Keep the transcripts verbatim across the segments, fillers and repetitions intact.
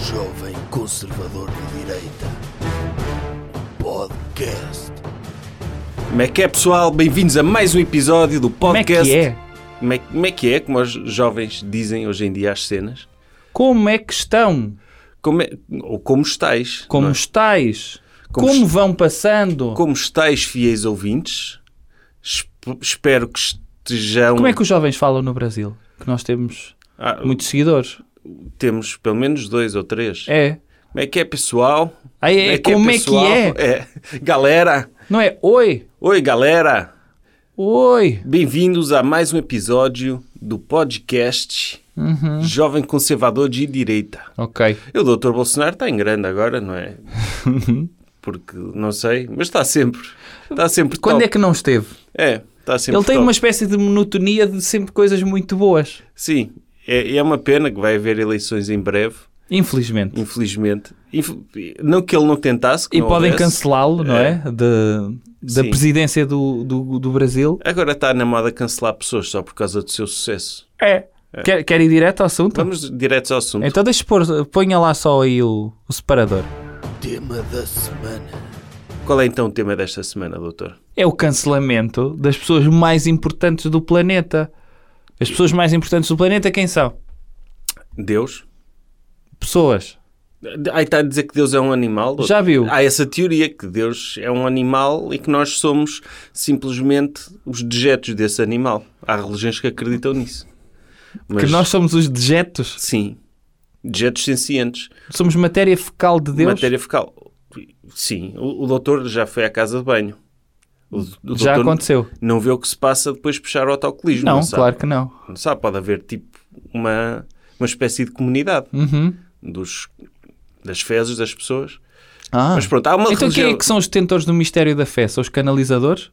Jovem Conservador de Direita. Podcast. Como é que é, pessoal? Bem-vindos a mais um episódio do podcast. Como é que é? Como é, como é que é, como os jovens dizem hoje em dia às cenas? Como é que estão? Como é, ou como estáis? Como não é? estáis? Como Como, est- vão passando? Como estáis, fiéis ouvintes? Esp- espero que estejam... Como é que os jovens falam no Brasil? Que nós temos Ah, muitos seguidores. Temos pelo menos dois ou três. É. Como é que é, pessoal? Aí é, como é que é? é? Galera! Não é oi? Oi, galera! Oi. Bem-vindos a mais um episódio do podcast Uhum. Jovem Conservador de Direita. Ok. E o doutor Bolsonaro está em grande agora, não é? Porque, não sei, mas está sempre. Está sempre Quando top. é que não esteve? É, está sempre Ele tem top. uma espécie de monotonia de sempre coisas muito boas. Sim, é, é uma pena que vai haver eleições em breve, Infelizmente. infelizmente. Inf- Não que ele não tentasse, que E não podem houvesse. cancelá-lo, não é? De, da Sim. presidência do, do, do Brasil. Agora está na moda cancelar pessoas só por causa do seu sucesso. É. Quer, quer ir direto ao assunto? Vamos direto ao assunto. Então deixa pôr, ponha lá só aí o, o separador. Tema da semana. Qual é então o tema desta semana, doutor? É o cancelamento das pessoas mais importantes do planeta. As pessoas mais importantes do planeta quem são? Deus? Pessoas. Aí está a dizer que Deus é um animal? doutor? Já viu? Há essa teoria que Deus é um animal e que nós somos simplesmente os dejetos desse animal. Há religiões que acreditam nisso. Mas, Que nós somos os dejetos. sim, dejetos sencientes. Somos matéria fecal de Deus. Matéria fecal. Sim, o, o doutor já foi à casa de banho. O, o Já doutor aconteceu. não vê o que se passa depois de puxar o autocolismo. Não, Não, sabe? claro que não. Não sabe, pode haver tipo uma, uma espécie de comunidade Uhum. dos, das fezes das pessoas. Ah. Mas pronto, há uma Então religião... quem é que são os detentores do mistério da fé? São os canalizadores?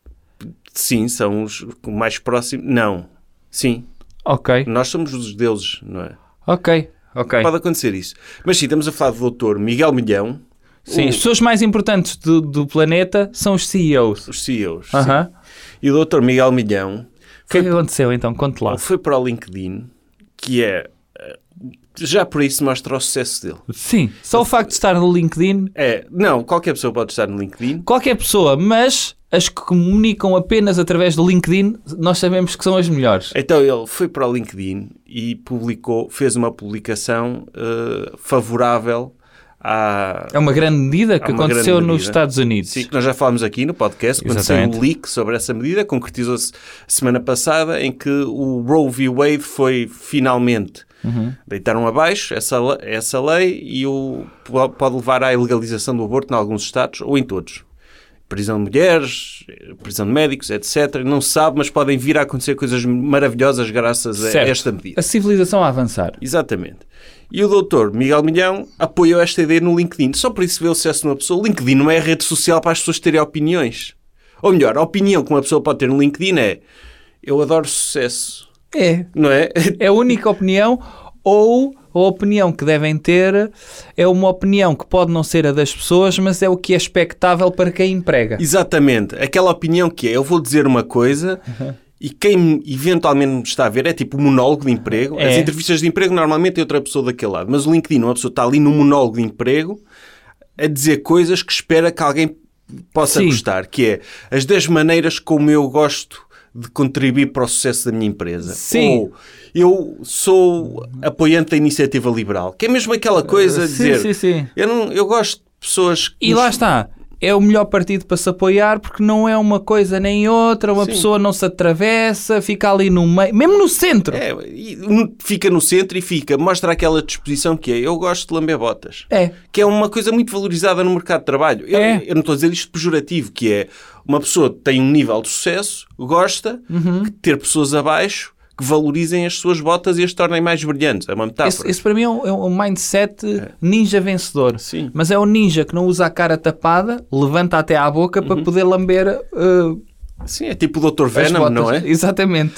Sim, são os mais próximos. Não. Sim. Ok. Nós somos os deuses, não é? Ok. Ok. Pode acontecer isso. Mas sim, estamos a falar do doutor Miguel Milhão. Sim, o- as pessoas mais importantes do, do planeta são os C E Os. Os C E Os. Aham. sim. E o doutor Miguel Milhão O que é que aconteceu então? Conte lá. foi para o LinkedIn, que é... eh, já por isso mostra o sucesso dele. Sim. Só o facto de estar no LinkedIn. É, não, qualquer pessoa pode estar no LinkedIn. Qualquer pessoa, mas as que comunicam apenas através do LinkedIn, nós sabemos que são as melhores. Então ele foi para o LinkedIn e publicou, fez uma publicação eh, favorável à... É uma grande medida que Há uma aconteceu grande nos medida. Estados Unidos. Sim, que nós já falámos aqui no podcast, quando saiu Exatamente. um leak sobre essa medida, concretizou-se semana passada, em que o Roe v. Wade foi finalmente... Uhum. Deitaram abaixo essa, le- essa lei e o, pode levar à ilegalização do aborto em alguns estados ou em todos. Prisão de mulheres, prisão de médicos, etcétera. Não se sabe, mas podem vir a acontecer coisas maravilhosas graças a Certo. esta medida. A civilização a avançar. Exatamente. E o doutor Miguel Milhão apoiou esta ideia no LinkedIn. Só por isso vê o sucesso de uma pessoa. O LinkedIn não é a rede social para as pessoas terem opiniões. Ou melhor, a opinião que uma pessoa pode ter no LinkedIn é: eu adoro sucesso. É. Não é? É a única opinião, ou a opinião que devem ter é uma opinião que pode não ser a das pessoas, mas é o que é expectável para quem emprega. Exatamente. Aquela opinião que é: eu vou dizer uma coisa e quem eventualmente me está a ver é tipo um monólogo de emprego. É. As entrevistas de emprego normalmente tem outra pessoa daquele lado. Mas o LinkedIn, uma pessoa está ali num monólogo de emprego a dizer coisas que espera que alguém possa Sim. gostar. Que é as dez maneiras como eu gosto de contribuir para o sucesso da minha empresa. Sim. Ou eu sou apoiante da iniciativa liberal. Que é mesmo aquela coisa de Sim, dizer... sim, sim. Eu, não, eu gosto de pessoas... Que E nos- lá está. É o melhor partido para se apoiar porque não é uma coisa nem outra, uma Sim. pessoa não se atravessa, fica ali no meio, mesmo no centro. É, e fica no centro e fica, mostra aquela disposição que é: eu gosto de lamber botas. É. Que é uma coisa muito valorizada no mercado de trabalho. Eu, É. eu não estou a dizer isto pejorativo, que é uma pessoa que tem um nível de sucesso, gosta Uhum. de ter pessoas abaixo que valorizem as suas botas e as tornem mais brilhantes. É uma metáfora. Esse, esse para mim é um, é um mindset ninja vencedor. Sim. Mas é o ninja que não usa a cara tapada, levanta até à boca Uhum. para poder lamber uh, Sim, é tipo o doutor as Venom, botas. não é? Exatamente.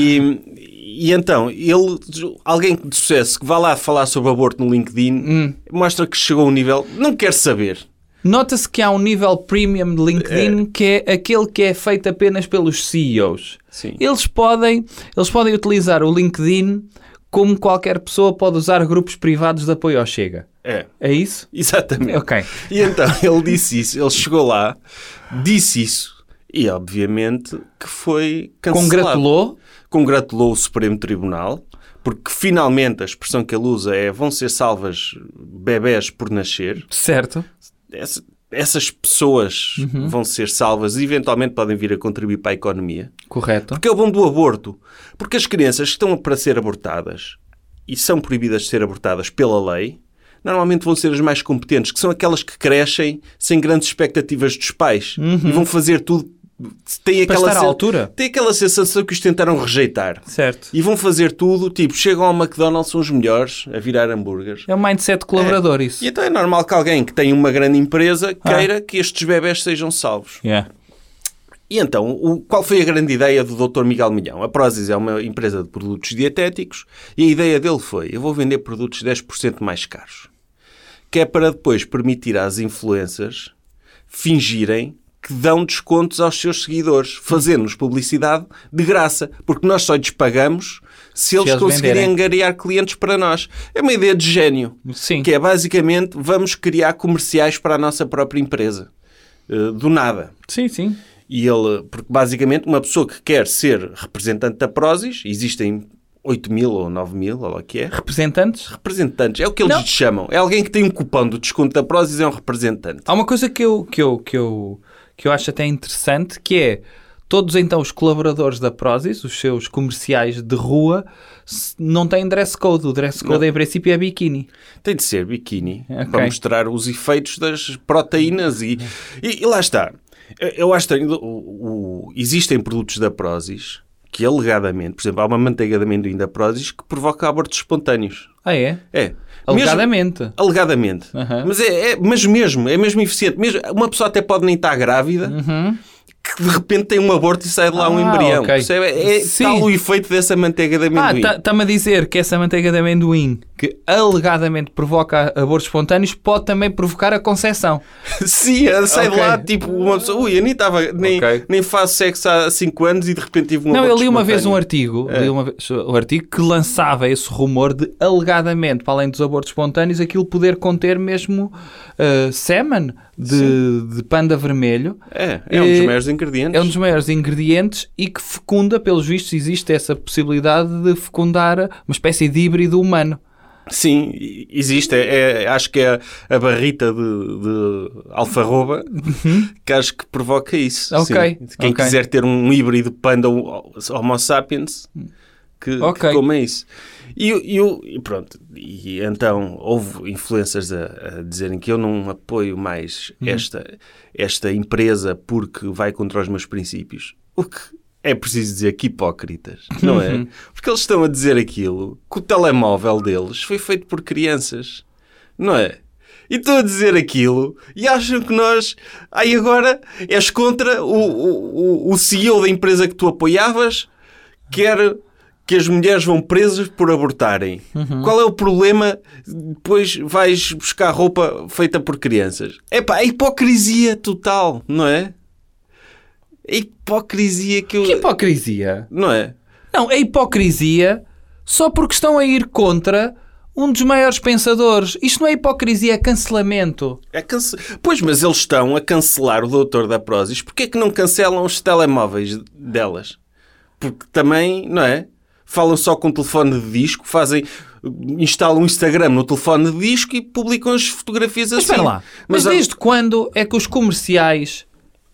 E, e então, ele, alguém de sucesso que vá lá falar sobre aborto no LinkedIn, Hum. mostra que chegou a um nível... Não quer saber. Nota-se que há um nível premium de LinkedIn que é aquele que é feito apenas pelos C E Os. Sim. Eles podem, eles podem utilizar o LinkedIn como qualquer pessoa pode usar grupos privados de apoio ao Chega. É. É isso? Exatamente. Ok. E então ele disse isso, ele chegou lá, disse isso e obviamente que foi cancelado. Congratulou? Congratulou o Supremo Tribunal, porque finalmente a expressão que ele usa é vão ser salvas bebés por nascer. Certo. Essa, essas pessoas uhum. vão ser salvas e eventualmente podem vir a contribuir para a economia. Correto. Porque é o bom do aborto. Porque as crianças que estão para ser abortadas e são proibidas de ser abortadas pela lei, normalmente vão ser as mais competentes, que são aquelas que crescem sem grandes expectativas dos pais uhum. e vão fazer tudo. Tem aquela, para estar à sen... altura. Tem aquela sensação que os tentaram rejeitar. Certo. E vão fazer tudo, tipo, chegam ao McDonald's, são os melhores a virar hambúrgueres. É um mindset colaborador é. isso. E então é normal que alguém que tem uma grande empresa queira ah. que estes bebés sejam salvos. Yeah. E então, o, qual foi a grande ideia do doutor Miguel Milhão? A Prozis é uma empresa de produtos dietéticos e a ideia dele foi, eu vou vender produtos dez por cento mais caros. Que é para depois permitir às influencers fingirem que dão descontos aos seus seguidores, fazendo-nos publicidade de graça, porque nós só lhes pagamos se eles, se eles conseguirem venderem. Angariar clientes para nós. É uma ideia de gênio, Sim. que é basicamente vamos criar comerciais para a nossa própria empresa, do nada. Sim, sim. E ele, porque basicamente uma pessoa que quer ser representante da Prozis, existem oito mil ou nove mil, ou lá o que é. Representantes? Representantes, é o que eles lhes chamam. É alguém que tem um cupom do desconto da Prozis, é um representante. Há uma coisa que eu, que eu, que eu, que eu acho até interessante, que é todos então os colaboradores da Prozis, os seus comerciais de rua, não têm dress code. O dress code, não. Em princípio, é biquíni. Tem de ser biquíni, okay. Para mostrar os efeitos das proteínas e, e, e lá está. Eu acho que o, o, existem produtos da Prozis que alegadamente, por exemplo, há uma manteiga de amendoim da Prozis que provoca abortos espontâneos. Ah, é? É. Alegadamente. Mesmo, alegadamente. Uhum. Mas, é, é, mas mesmo, é mesmo eficiente. Mesmo, uma pessoa até pode nem estar grávida, uhum. que de repente tem um aborto e sai de lá ah, um embrião. Okay. É, é tal o efeito dessa manteiga de amendoim. Ah, está-me a dizer que essa manteiga de amendoim, que alegadamente provoca abortos espontâneos, pode também provocar a concepção. Sim, sai okay. de lá tipo uma pessoa, ui, eu nem, tava, nem, okay. nem faço sexo há cinco anos e de repente tive um Não, aborto eu li uma espontâneo. vez um artigo, é. li uma vez um artigo que lançava esse rumor de alegadamente, para além dos abortos espontâneos, aquilo poder conter mesmo uh, sêmen de, de panda vermelho. É, é um dos maiores ingredientes. É um dos maiores ingredientes e que fecunda, pelos vistos, existe essa possibilidade de fecundar uma espécie de híbrido humano. Sim, existe. É, é, acho que é a barrita de, de alfarroba uhum. que acho que provoca isso. Ok. Sim. Quem okay. quiser ter um híbrido panda homo sapiens, que, okay. que coma isso. E, e, e pronto. E então houve influencers a, a dizerem que eu não apoio mais uhum. esta, esta empresa porque vai contra os meus princípios. O que é preciso dizer que hipócritas, não é? Uhum. Porque eles estão a dizer aquilo que o telemóvel deles foi feito por crianças, não é? E estão a dizer aquilo e acham que nós... Aí agora és contra o, o, o C E O da empresa que tu apoiavas, quer que as mulheres vão presas por abortarem. Uhum. Qual é o problema? Depois vais buscar roupa feita por crianças. Epá, é hipocrisia total, não é? É hipocrisia que eu... Que hipocrisia? Não é? Não, é hipocrisia só porque estão a ir contra um dos maiores pensadores. Isto não é hipocrisia, é cancelamento. É cance... Pois, mas eles estão a cancelar o doutor da Prozis. Porquê é que não cancelam os telemóveis delas? Porque também, não é? Falam só com o telefone de disco, fazem... instalam um Instagram no telefone de disco e publicam as fotografias assim. Mas espera lá. Mas, mas desde a... quando é que os comerciais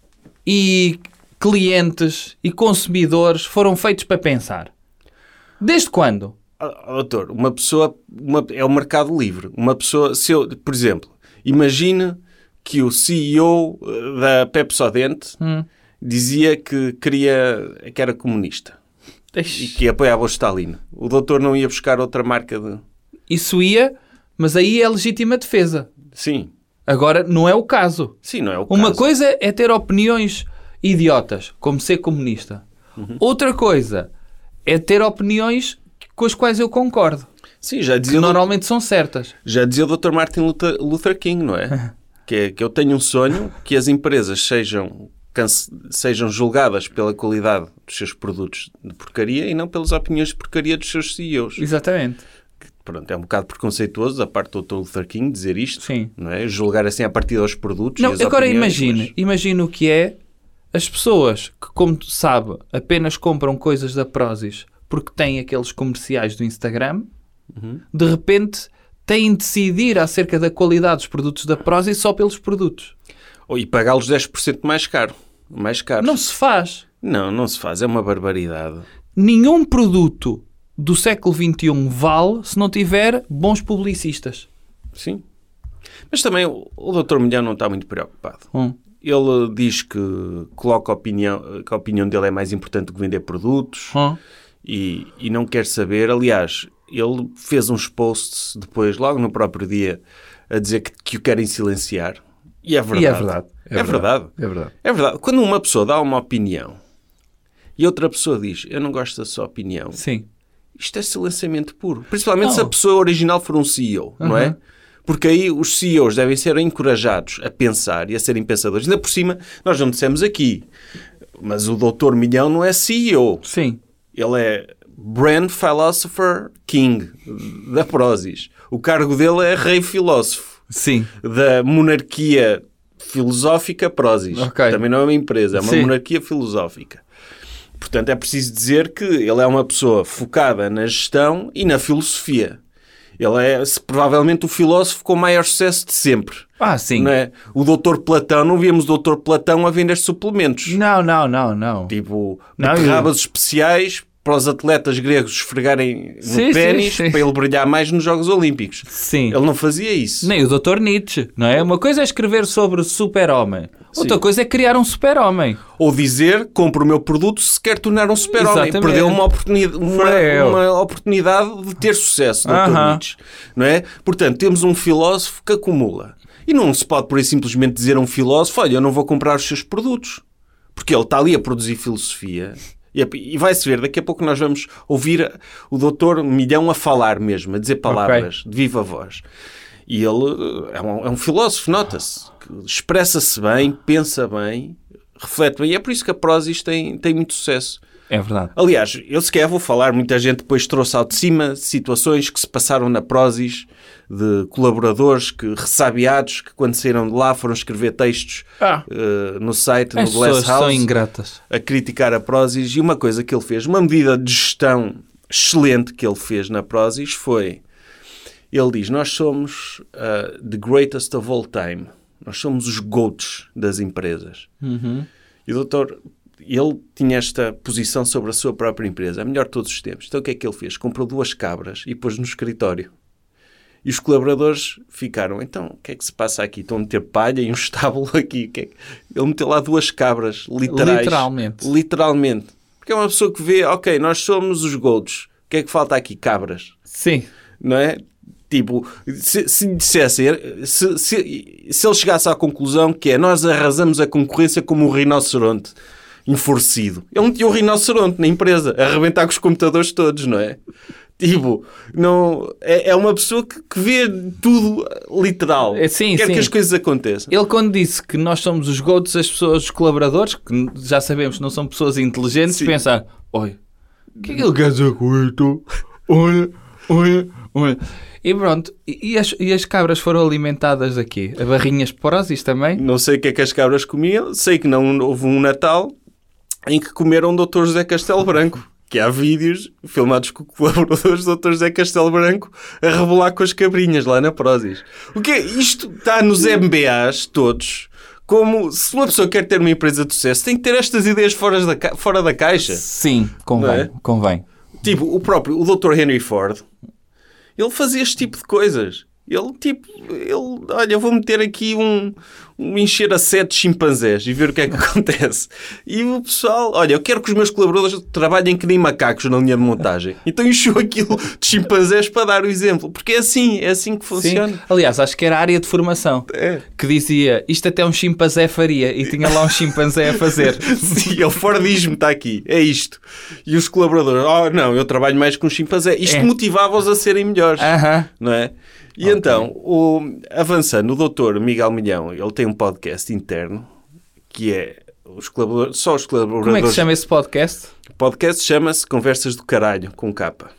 e clientes e consumidores foram feitos para pensar? Desde quando? Ah, doutor, uma pessoa... Uma, é o mercado livre. Uma pessoa... Se eu, por exemplo, imagine que o C E O da Pepsodente hum. dizia que queria... que era comunista. Eish. E que apoiava o Stalin. O doutor não ia buscar outra marca de... Isso ia, mas aí é legítima defesa. Sim. Agora, não é o caso. Sim, não é o Uma caso. coisa é ter opiniões idiotas, como ser comunista. Uhum. Outra coisa é ter opiniões com as quais eu concordo. Sim, já dizia... Que normalmente são certas. Já dizia o doutor Martin Luther, Luther King, não é? que é? Que eu tenho um sonho que as empresas sejam... cance- sejam julgadas pela qualidade dos seus produtos de porcaria e não pelas opiniões de porcaria dos seus C E Os. Exatamente. Pronto, é um bocado preconceituoso da parte do doutor Luther King dizer isto, Sim. não é? Julgar assim a partir dos produtos Não, e as agora opiniões, imagine, mas- imagine o que é as pessoas que, como tu sabe, apenas compram coisas da Prozis porque têm aqueles comerciais do Instagram, Uhum. de repente têm de decidir acerca da qualidade dos produtos da Prozis só pelos produtos. Ou- E pagá-los dez por cento mais caro. Mais caro. Não se faz. Não, não se faz. É uma barbaridade. Nenhum produto do século vinte e um vale se não tiver bons publicistas. Sim. Mas também o, o doutor Milhão não está muito preocupado. Hum. Ele diz que coloca a opinião, que a opinião dele é mais importante do que vender produtos Hum. e, e não quer saber. Aliás, ele fez uns posts depois, logo no próprio dia, a dizer que, que o querem silenciar. E é verdade. E é verdade. É, verdade. É verdade. É verdade. Quando uma pessoa dá uma opinião e outra pessoa diz eu não gosto da sua opinião, Sim. isto é silenciamento puro. Principalmente Não. se a pessoa original for um C E O, não é? Uhum. Porque aí os C E Os devem ser encorajados a pensar e a serem pensadores. Ainda por cima, nós não dissemos aqui, mas o doutor Milhão não é C E O. Sim. Ele é Brand Philosopher King, da Prozis. O cargo dele é Rei Filósofo, Sim. da monarquia filosófica Prozis. Ok. Também não é uma empresa, é uma Sim. monarquia filosófica. Portanto, é preciso dizer que ele é uma pessoa focada na gestão e na filosofia. Ele é se- provavelmente o filósofo com maior sucesso de sempre. Ah, sim. Não é? O doutor Platão, não víamos o doutor Platão a vender suplementos. Não, não, não, não. Tipo, Não, beterrabas especiais para os atletas gregos esfregarem no Sim, ténis sim, sim. para ele brilhar mais nos Jogos Olímpicos. Sim. Ele não fazia isso. Nem o doutor Nietzsche, não é? Uma coisa é escrever sobre o super-homem. Outra Sim. coisa é criar um super-homem. Ou dizer, compra o meu produto se quer tornar um super-homem. Exatamente. Perdeu uma oportunidade, uma, Freu. uma oportunidade de ter sucesso, doutor Aham. Nietzsche. Não é? Portanto, temos um filósofo que acumula. E não se pode, por aí, simplesmente dizer a um filósofo, olha, eu não vou comprar os seus produtos. Porque ele está ali a produzir filosofia. E, e vai-se ver, daqui a pouco nós vamos ouvir o doutor Milhão a falar mesmo, a dizer palavras de viva voz. E ele é um, é um filósofo, nota-se. Que expressa-se bem, pensa bem, reflete bem. E é por isso que a Prozis tem, tem muito sucesso. É verdade. Aliás, eu sequer vou falar, muita gente depois trouxe ao de cima situações que se passaram na Prozis, de colaboradores que, ressabiados, que quando saíram de lá foram escrever textos Ah. eh, no site, As no Glass pessoas são House, ingratas. a criticar a Prozis. E uma coisa que ele fez, uma medida de gestão excelente que ele fez na Prozis foi, ele diz, nós somos uh, the greatest of all time. Nós somos os goats das empresas. Uhum. E o doutor, ele tinha esta posição sobre a sua própria empresa, a melhor de todos os tempos. Então o que é que ele fez? Comprou duas cabras e pôs no escritório. E os colaboradores ficaram, então, o que é que se passa aqui? Estão a meter palha e um estábulo aqui. O que é que... Ele meteu lá duas cabras, literais. Literalmente. Literalmente. Porque é uma pessoa que vê, ok, nós somos os goats. O que é que falta aqui? Cabras. Sim. Não é? Tipo, se, se dissesse, se, se, se ele chegasse à conclusão que é, nós arrasamos a concorrência como um rinoceronte enfurecido. Ele metia o rinoceronte na empresa, a arrebentar com os computadores todos, não é? Tipo, não, é, é uma pessoa que, que vê tudo literal. É, sim, Quer sim. que as coisas aconteçam. Ele quando disse que nós somos os goats, as pessoas, os colaboradores, que já sabemos que não são pessoas inteligentes, Sim. pensam, oi, o que é que ele quer dizer com isto? Olha, olha, olha. E pronto, e, e as, e as cabras foram alimentadas aqui? A barrinhas Prozis também? Não sei o que é que as cabras comiam, sei que não houve um Natal em que comeram o doutor José Castelo Branco. Que há vídeos filmados com colaboradores do doutor José Castelo Branco a rebolar com as cabrinhas lá na Prozis. O que é? Isto está nos M B As todos. Como se uma pessoa quer ter uma empresa de sucesso, tem que ter estas ideias fora da, ca... fora da caixa. Sim, convém, Não é? convém. Tipo, o próprio, o doutor Henry Ford, ele fazia este tipo de coisas. Ele, tipo, ele, olha, vou meter aqui um, um encher a sete chimpanzés e ver o que é que acontece. E o pessoal, olha, eu quero que os meus colaboradores trabalhem que nem macacos na linha de montagem. Então encheu aquilo de chimpanzés para dar o exemplo. Porque é assim, é assim que funciona. Sim. Aliás, acho que era a área de formação É. que dizia isto até um chimpanzé faria e tinha lá um chimpanzé a fazer. Sim, o Fordismo está aqui, é isto. E os colaboradores, oh não, eu trabalho mais com um chimpanzé. Isto É. motivava-os a serem melhores. Aham. Não é? E Ok. então, o, avançando, o doutor Miguel Milhão, ele tem um podcast interno que é os colaboradores, só os colaboradores... Como é que se chama esse podcast? O podcast chama-se Conversas do Caralho, com capa.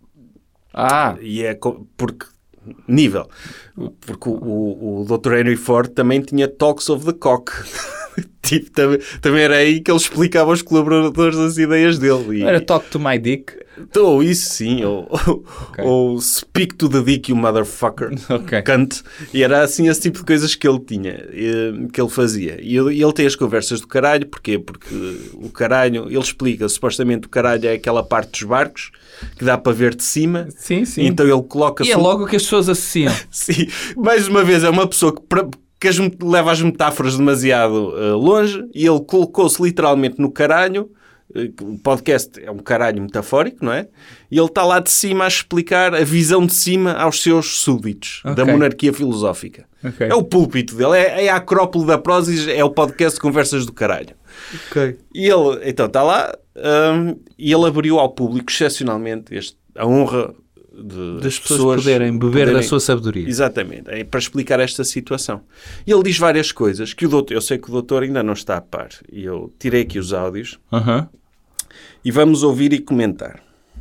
Ah, E é co- porque... Nível. Porque o, o, o doutor Henry Ford também tinha Talks of the Cock. Tipo, também, também era aí que ele explicava aos colaboradores as ideias dele. E, era Talk to My Dick. ou isso sim, ou, Okay. ou Speak to the Dick, you motherfucker. Ok. Cunt. E era assim esse tipo de coisas que ele tinha, eh, que ele fazia. E ele, e ele tem as conversas do caralho, porquê? Porque o caralho, ele explica, supostamente o caralho é aquela parte dos barcos que dá para ver de cima. Sim, sim. Então ele coloca... E é logo que as pessoas associam. Sim, mais uma vez é uma pessoa que, pra- que as met- leva as metáforas demasiado uh, longe e ele colocou-se literalmente no caralho. Uh, o podcast é um caralho metafórico, não é? E ele está lá de cima a explicar a visão de cima aos seus súditos da Ok. monarquia filosófica. Ok. É o púlpito dele, é, é a acrópole da Prozis, é o podcast de Conversas do Caralho. Ok. E ele, então, está lá um, e ele abriu ao público, excepcionalmente, este, a honra de, Das pessoas poderem beber da sua sabedoria. Exatamente, é para explicar esta situação. E ele diz várias coisas que o doutor, eu sei que o doutor ainda não está a par, e eu tirei aqui os áudios Aham. e vamos ouvir e comentar.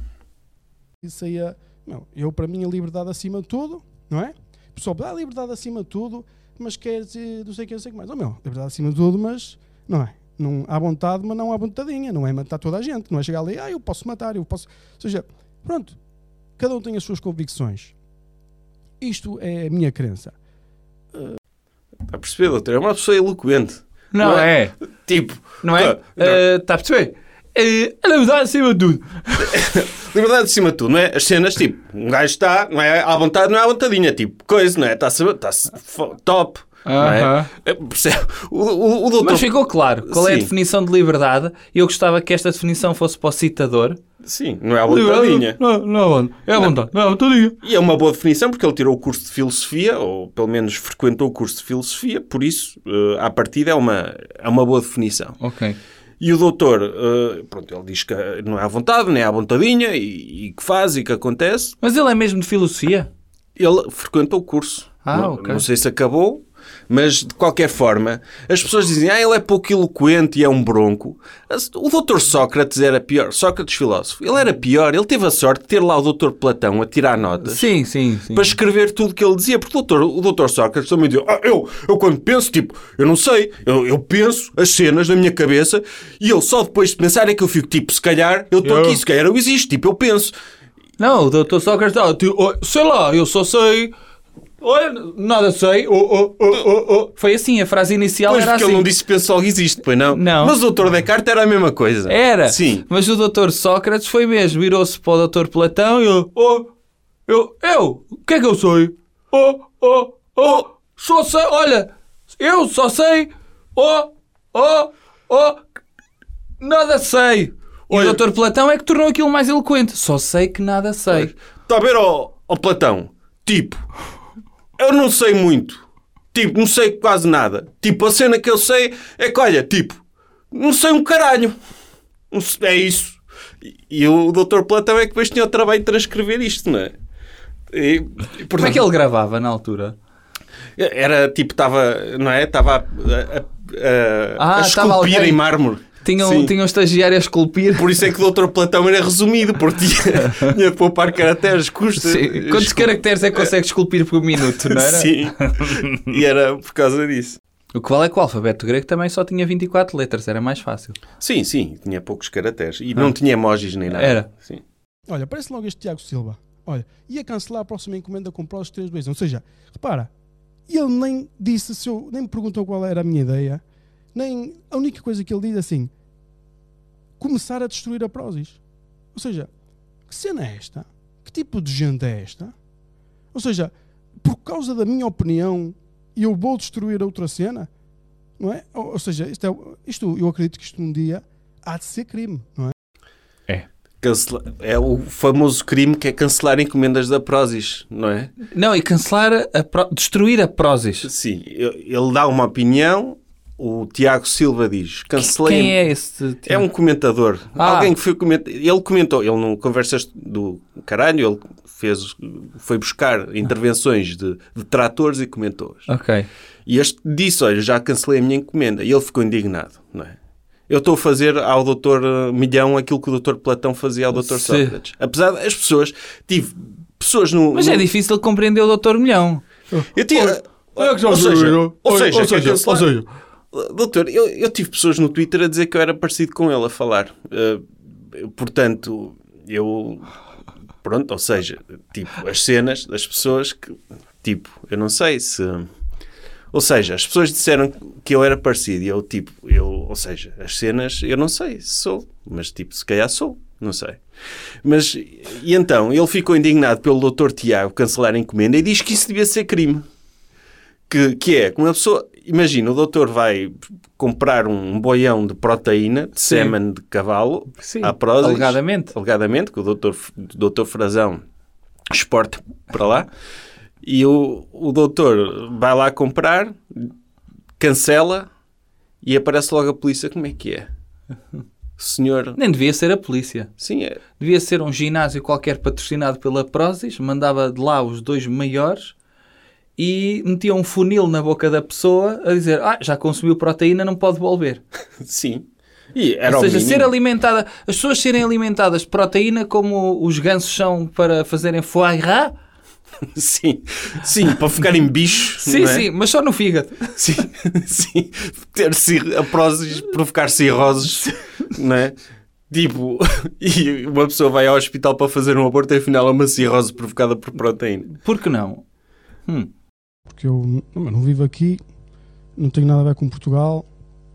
Isso aí é, não, eu para mim a liberdade acima de tudo, não é? O pessoal dá a liberdade acima de tudo, mas quer dizer, não sei o que, não sei o que mais. Oh meu, liberdade acima de tudo, mas não é? Não há vontade, mas não há vontadinha, não é matar toda a gente, não é chegar ali, ah, eu posso matar, eu posso... Ou seja, pronto, cada um tem as suas convicções. Isto é a minha crença. Está a perceber, doutor? É uma pessoa eloquente. Não, Não é. Tipo, Não é? Não. Está a perceber? Eh, a liberdade acima de tudo. liberdade acima de tudo, não é? As cenas, tipo, um gajo está, não é? À vontade, não é à vontadinha, tipo, coisa, não é? Está-se está-se fo- top, não Aham. é? É, percebe? O, o, o doutor... Mas ficou claro qual é a Sim. definição de liberdade. E eu gostava que esta definição fosse para o citador. Sim, não é à vontadinha. Não, não, é à vontade. Não é à vontadinha. E é uma boa definição porque ele tirou o curso de filosofia, ou pelo menos frequentou o curso de filosofia, por isso, uh, à partida, é uma, é uma boa definição. Ok. E o doutor, uh, pronto, ele diz que não é à vontade, nem é à vontadinha, e, e que faz e que acontece. Mas ele é mesmo de filosofia? Ele frequentou o curso. Ah, não, ok. não sei se acabou, mas de qualquer forma, as pessoas dizem, ah, ele é pouco eloquente e é um bronco. O doutor Sócrates era pior. Sócrates filósofo. Ele era pior. Ele teve a sorte de ter lá o doutor Platão a tirar notas. Sim, sim, sim. Para escrever tudo o que ele dizia. Porque o doutor, o doutor Sócrates também dizia, ah, eu, eu quando penso, tipo, eu não sei, eu, eu penso as cenas na minha cabeça e eu só depois de pensar é que eu fico, tipo, se calhar eu estou Eu- aqui, se calhar eu existo, tipo, eu penso. Não, o doutor Sócrates, ah, tu- oh, sei lá, eu só sei. Olha, nada sei. Oh, oh, oh, oh, oh. Foi assim, a frase inicial Pois, era porque assim. ele não disse penso logo existe, pois não? Não. Mas o doutor Descartes era a mesma coisa. Era. Sim. Mas o doutor Sócrates foi mesmo, virou-se para o doutor Platão e eu, oh, eu, eu, o que é que eu sei? Oh, oh, oh, só sei, olha, eu só sei, oh, oh, oh, nada sei. E Olha- o doutor Platão é que tornou aquilo mais eloquente. Só sei que nada sei. Está a ver, ó ó Platão? Tipo, eu não sei muito. Tipo, não sei quase nada. Tipo, a cena que eu sei é que, olha, tipo, não sei um caralho. Não sei- É isso. E, e o doutor Platão é que depois tinha o trabalho de transcrever isto, não é? E, e, portanto, Como é que ele gravava na altura? Era tipo, estava, não é? Estava a, a, a, Ah, a estava esculpir alguém- em mármore. Tinham, Sim. tinham um estagiário a esculpir. Por isso é que o doutor Platão era resumido, porque tinha, tinha de poupar caracteres, custa. Sim. Quantos caracteres é que consegue esculpir por minuto, não era? Sim. E era por causa disso. O que vale é que o alfabeto grego também só tinha vinte e quatro letras, era mais fácil. Sim, sim, tinha poucos caracteres. E não tinha emojis nem nada. Era. Sim. Olha, parece logo este Tiago Silva. Olha, ia cancelar a próxima encomenda com Prozis três dois um. Ou seja, repara, ele nem disse se eu, nem me perguntou qual era a minha ideia, nem a única coisa que ele diz é assim: começar a destruir a Prozis. Ou seja, que cena é esta? Que tipo de gente é esta? Ou seja, por causa da minha opinião, eu vou destruir a outra cena? Não é? Ou, ou seja, isto, é, isto, eu acredito que isto um dia há de ser crime, não é? Cancela... É o famoso crime que é cancelar encomendas da Prozis, não é? Não, e cancelar, a pro... destruir a Prozis. Sim, ele dá uma opinião, o Tiago Silva diz, cancelei... Quem é esse? É um comentador. Ah. Alguém que foi comentar. Ele comentou, ele não conversas do caralho, ele fez, foi buscar intervenções de, de tratores e comentou-as. Ok. E este disse, olha, já cancelei a minha encomenda. E ele ficou indignado, não é? Eu estou a fazer ao doutor Milhão aquilo que o doutor Platão fazia ao doutor Sim. Sócrates. Apesar das pessoas... Tive pessoas no... Mas no... é difícil compreender o doutor Milhão. Eu tive... Olha que já Ou ouviu, seja, eu- ou ou- seja, ou seja, é cancelar- ou seja. Doutor, eu, eu tive pessoas no Twitter a dizer que eu era parecido com ele a falar. Uh, portanto, eu... Pronto, ou seja, tipo, as cenas das pessoas que... Tipo, eu não sei se... Ou seja, as pessoas disseram que eu era parecido e eu, tipo, eu... Ou seja, as cenas, eu não sei se sou. Mas, tipo, se calhar sou. Não sei. Mas, e então, ele ficou indignado pelo doutor Tiago cancelar a encomenda e diz que isso devia ser crime. Que, que é, como uma pessoa... Imagina, o doutor vai comprar um boião de proteína, de Sim. sêmen de cavalo, Sim, à Prozis, alegadamente. alegadamente, que o doutor, o doutor Frazão exporta para lá, e o, o doutor vai lá comprar, cancela, e aparece logo a polícia. Como é que é? Senhor... Nem devia ser a polícia. Sim, é... Devia ser um ginásio qualquer patrocinado pela Prozis, mandava de lá os dois maiores e metia um funil na boca da pessoa a dizer: ah, já consumiu proteína, não pode devolver. Sim. E era Ou seja, o ser mínimo. alimentada, as pessoas serem alimentadas de proteína como os gansos são para fazerem foie gras. Sim, sim, para ficarem bichos. Sim, não é? sim, mas só no fígado. Sim, sim. Ter cir- a prósis provocar cirroses, não é? Tipo, e uma pessoa vai ao hospital para fazer um aborto e afinal é uma cirrose provocada por proteína. Por que não? Hum. Porque eu não, não vivo aqui, não tenho nada a ver com Portugal,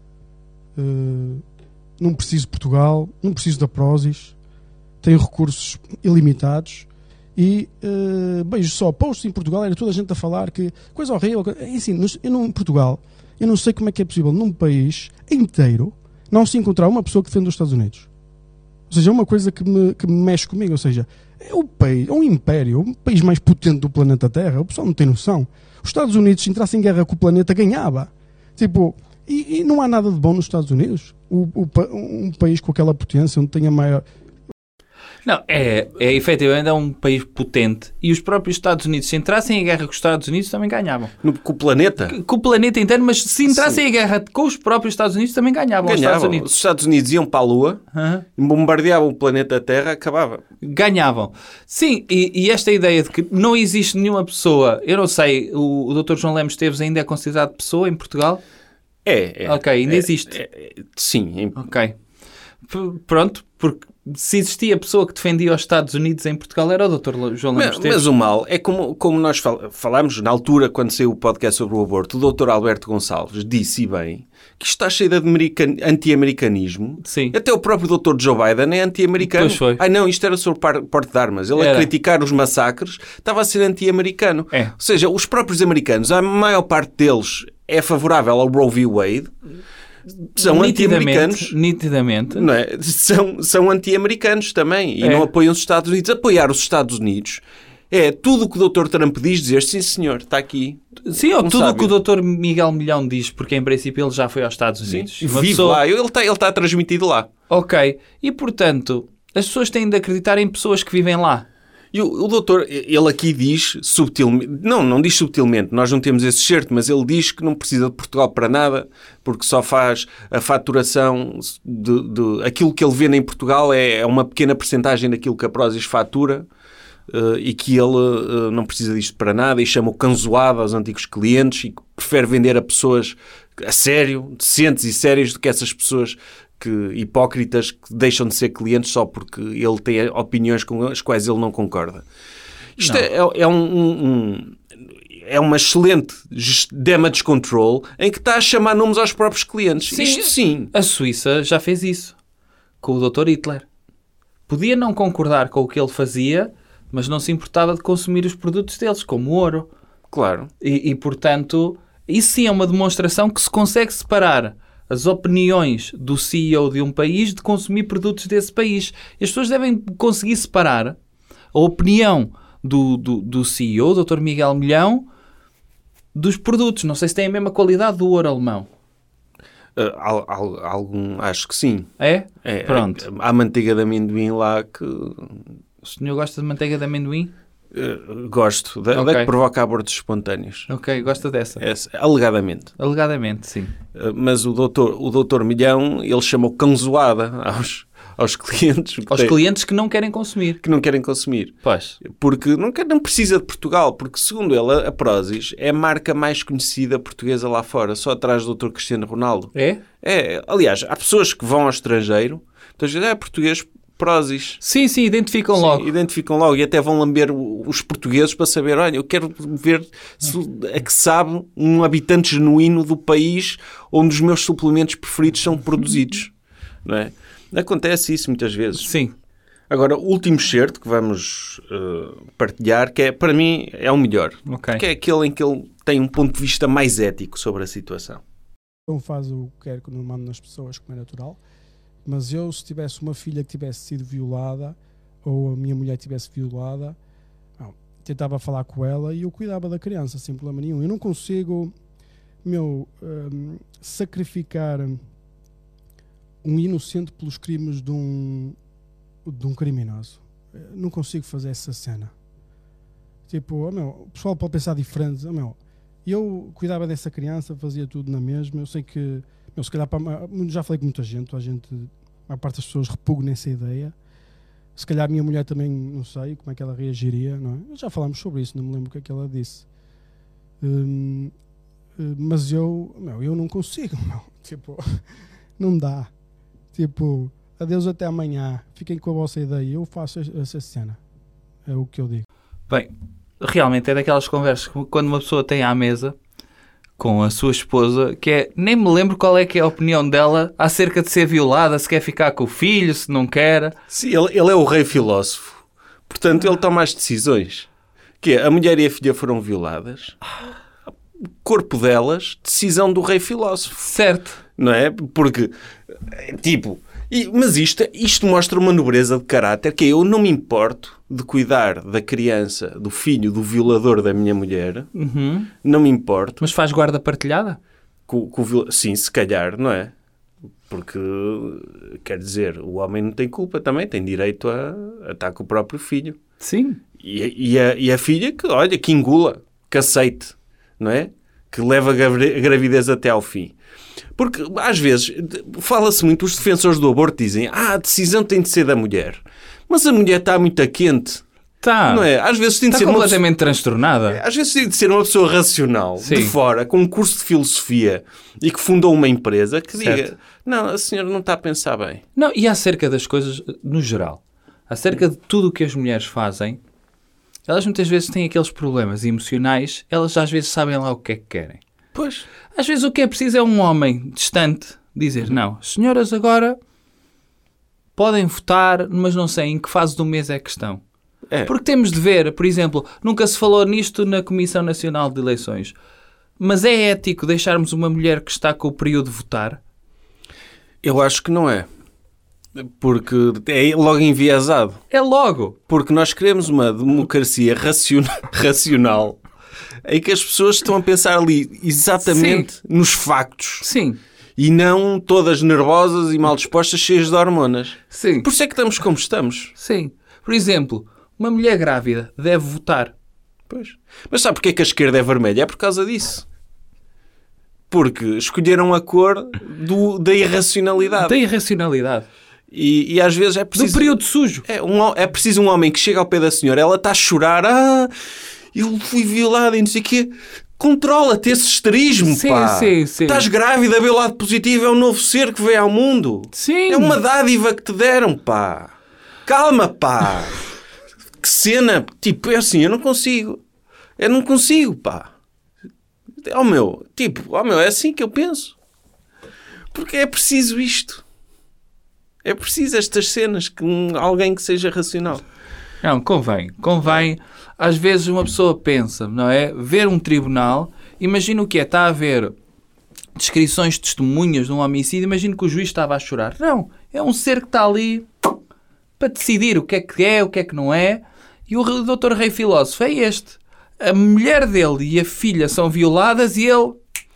eh, não preciso de Portugal, não preciso da Prozis, tenho recursos ilimitados e eh, vejo só posts em Portugal, era toda a gente a falar que coisa horrível. co- é assim, nos- eu não, em Portugal, eu não sei como é que é possível num país inteiro não se encontrar uma pessoa que defende os Estados Unidos. Ou seja, é uma coisa que me, que me mexe comigo. Ou seja, é o país, é um império, o país mais potente do planeta Terra. O pessoal não tem noção. Os Estados Unidos, se entrasse em guerra com o planeta, ganhava. Tipo, e, e não há nada de bom nos Estados Unidos. O, o pa- um país com aquela potência, onde tem a maior... Não, é, é efetivamente é um país potente e os próprios Estados Unidos, se entrassem em guerra com os Estados Unidos, também ganhavam. No, com o planeta? Com o planeta inteiro, mas se entrassem em guerra com os próprios Estados Unidos, também ganhavam, os Estados Ganhavam. Unidos. Os Estados Unidos iam para a Lua, Aham. bombardeavam o planeta Terra, acabava. Ganhavam. Sim, e, e esta ideia de que não existe nenhuma pessoa, eu não sei, o, o doutor João Lemos Esteves ainda é considerado pessoa em Portugal? É, é. Ok, ainda é, existe. é, é, sim. Em- Ok. P- pronto, porque se existia pessoa que defendia os Estados Unidos em Portugal era o doutor João Lemos Mas, Esteves. mas o mal é como, como nós fal- falámos na altura, quando saiu o podcast sobre o aborto, o doutor Alberto Gonçalves disse, e bem, que isto está cheio de american- anti-americanismo. Sim. Até o próprio doutor Joe Biden é anti-americano. Pois foi. Ai não, isto era sobre par- porte de armas. Ele a Era. criticar os massacres estava a ser anti-americano. É. Ou seja, os próprios americanos, a maior parte deles é favorável ao Roe v. Wade, são anti-americanos. Nitidamente. Não é? São, são anti-americanos também e É. não apoiam os Estados Unidos. Apoiar os Estados Unidos é tudo o que o doutor Trump diz, dizer sim senhor, está aqui. Sim, ou Um tudo o sábio. que o doutor Miguel Milhão diz, porque em princípio ele já foi aos Estados Sim. Unidos. Vive Uma pessoa- lá, ele está ele está transmitido lá. Ok. E portanto, as pessoas têm de acreditar em pessoas que vivem lá. E o, o doutor, ele aqui diz subtilmente, não, não diz subtilmente, nós não temos esse certo, mas ele diz que não precisa de Portugal para nada, porque só faz a faturação de, de aquilo que ele vende em Portugal é, é uma pequena percentagem daquilo que a Prozis fatura. Uh, e que ele uh, não precisa disto para nada e chama o canzoado aos antigos clientes e que prefere vender a pessoas a sério, decentes e sérias do que essas pessoas que, hipócritas que deixam de ser clientes só porque ele tem opiniões com as quais ele não concorda. Isto Não. é, é, um, um, um, é uma excelente gest- damage control em que está a chamar nomes aos próprios clientes. Sim. Isto sim. A Suíça já fez isso com o doutor Hitler. Podia não concordar com o que ele fazia, mas não se importava de consumir os produtos deles, como o ouro. Claro. E, e, portanto, isso sim é uma demonstração que se consegue separar as opiniões do C E O de um país de consumir produtos desse país. E as pessoas devem conseguir separar a opinião do, do, do C E O, doutor Miguel Milhão, dos produtos. Não sei se tem a mesma qualidade do ouro alemão. Uh, al- al- algum, acho que sim. É? É, Pronto. Há manteiga de amendoim lá que... O senhor gosta de manteiga de amendoim? Uh, gosto. Da, Ok. da que provoca abortos espontâneos. Ok, gosta dessa. Essa, alegadamente. Alegadamente, sim. Uh, mas o doutor, o doutor Milhão, ele chamou cãozoada aos, aos clientes. que Aos têm- clientes que não querem consumir. que não querem consumir. Pois. Porque não, quer- não precisa de Portugal, porque segundo ele, a Prozis é a marca mais conhecida portuguesa lá fora, só atrás do doutor Cristiano Ronaldo. É? É, aliás, há pessoas que vão ao estrangeiro, então dizem, ah, é português Prozis. Sim, sim, identificam Sim, logo. identificam logo e até vão lamber o- os portugueses para saber, olha, eu quero ver se é que sabe um habitante genuíno do país onde os meus suplementos preferidos são produzidos. Não é? Acontece isso muitas vezes. Sim. Agora, o último certo que vamos uh, partilhar, que é, para mim é o melhor. Ok. Que é aquele em que ele tem um ponto de vista mais ético sobre a situação. Não faz o que quer que não mando nas pessoas, como é natural. Mas eu, se tivesse uma filha que tivesse sido violada, ou a minha mulher tivesse violada, não, tentava falar com ela e eu cuidava da criança, sem problema nenhum. Eu não consigo, meu, hum, sacrificar um inocente pelos crimes de um, de um criminoso. Eu não consigo fazer essa cena. Tipo, oh, meu, o pessoal pode pensar diferente. Oh, meu, eu cuidava dessa criança, fazia tudo na mesma. Eu sei que, meu, se calhar, para, já falei com muita gente, a gente, a parte das pessoas repugna essa ideia. Se calhar a minha mulher também, não sei como é que ela reagiria, não é? Já falámos sobre isso, não me lembro o que é que ela disse. Hum, mas eu, meu, eu não consigo, meu. Tipo, não dá. Tipo, adeus até amanhã. Fiquem com a vossa ideia. Eu faço essa cena. É o que eu digo. Bem, realmente é daquelas conversas que quando uma pessoa tem à mesa com a sua esposa, que é, nem me lembro qual é que é a opinião dela acerca de ser violada, se quer ficar com o filho, se não quer. Sim, ele, ele é o rei filósofo. Portanto, ele toma as decisões. Que é, a mulher e a filha foram violadas. O corpo delas, decisão do rei filósofo. Certo. Não é? Porque, tipo... E, mas isto, isto mostra uma nobreza de caráter que é, eu não me importo de cuidar da criança, do filho, do violador da minha mulher. Uhum. Não me importo. Mas faz guarda partilhada? Com, com o viol... Sim, se calhar, não é? Porque, quer dizer, o homem não tem culpa também, tem direito a, a estar com o próprio filho. Sim. E, e, a, e a filha que, olha, que engula, que aceite, não é? Que leva a gravidez até ao fim. Porque, às vezes, fala-se muito, os defensores do aborto dizem, ah, a decisão tem de ser da mulher. Mas a mulher está muito quente. Está. Não é? Às vezes tem de Está ser uma completamente transtornada. pessoa... Às vezes tem de ser uma pessoa racional, Sim. de fora, com um curso de filosofia e que fundou uma empresa, que Certo. diga, não, a senhora não está a pensar bem. Não, e acerca das coisas, no geral, acerca de tudo o que as mulheres fazem, elas muitas vezes têm aqueles problemas emocionais, elas às vezes sabem lá o que é que querem. Pois. Às vezes o que é preciso é um homem distante dizer, não, as senhoras agora podem votar, mas não sei em que fase do mês é que estão. É. Porque temos de ver, por exemplo, nunca se falou nisto na Comissão Nacional de Eleições, mas é ético deixarmos uma mulher que está com o período de votar? Eu acho que não é. Porque é logo enviesado. É logo. Porque nós queremos uma democracia raciona- racional em que as pessoas estão a pensar ali exatamente Sim. nos factos Sim, e não todas nervosas e mal dispostas, cheias de hormonas. sim, Por isso é que estamos como estamos. sim. Por exemplo, uma mulher grávida deve votar. Pois. Mas sabe porque é que a esquerda é vermelha? É por causa disso. Porque escolheram a cor do, da irracionalidade. Da irracionalidade. E, e às vezes é preciso... Do período sujo. É, um, é preciso um homem que chega ao pé da senhora, ela está a chorar, ah, eu fui violada e não sei o quê. Controla-te esse histerismo, Sim, pá. sim, sim. Estás grávida, vê o lado positivo, é um novo ser que veio ao mundo. Sim. É uma dádiva que te deram, pá. Calma, pá. Que cena, tipo, é assim, eu não consigo. Eu não consigo, pá. Oh meu, tipo, oh meu, é assim que eu penso. Porque é preciso isto. É preciso estas cenas, que um, alguém que seja racional. Não, convém. Convém. Às vezes uma pessoa pensa, não é? Ver um tribunal, imagina o que é, está a ver descrições de testemunhas de um homicídio, imagina que o juiz estava a chorar. Não, é um ser que está ali para decidir o que é que é, o que é que não é. E o doutor Rei Filósofo é este. A mulher dele e a filha são violadas e ele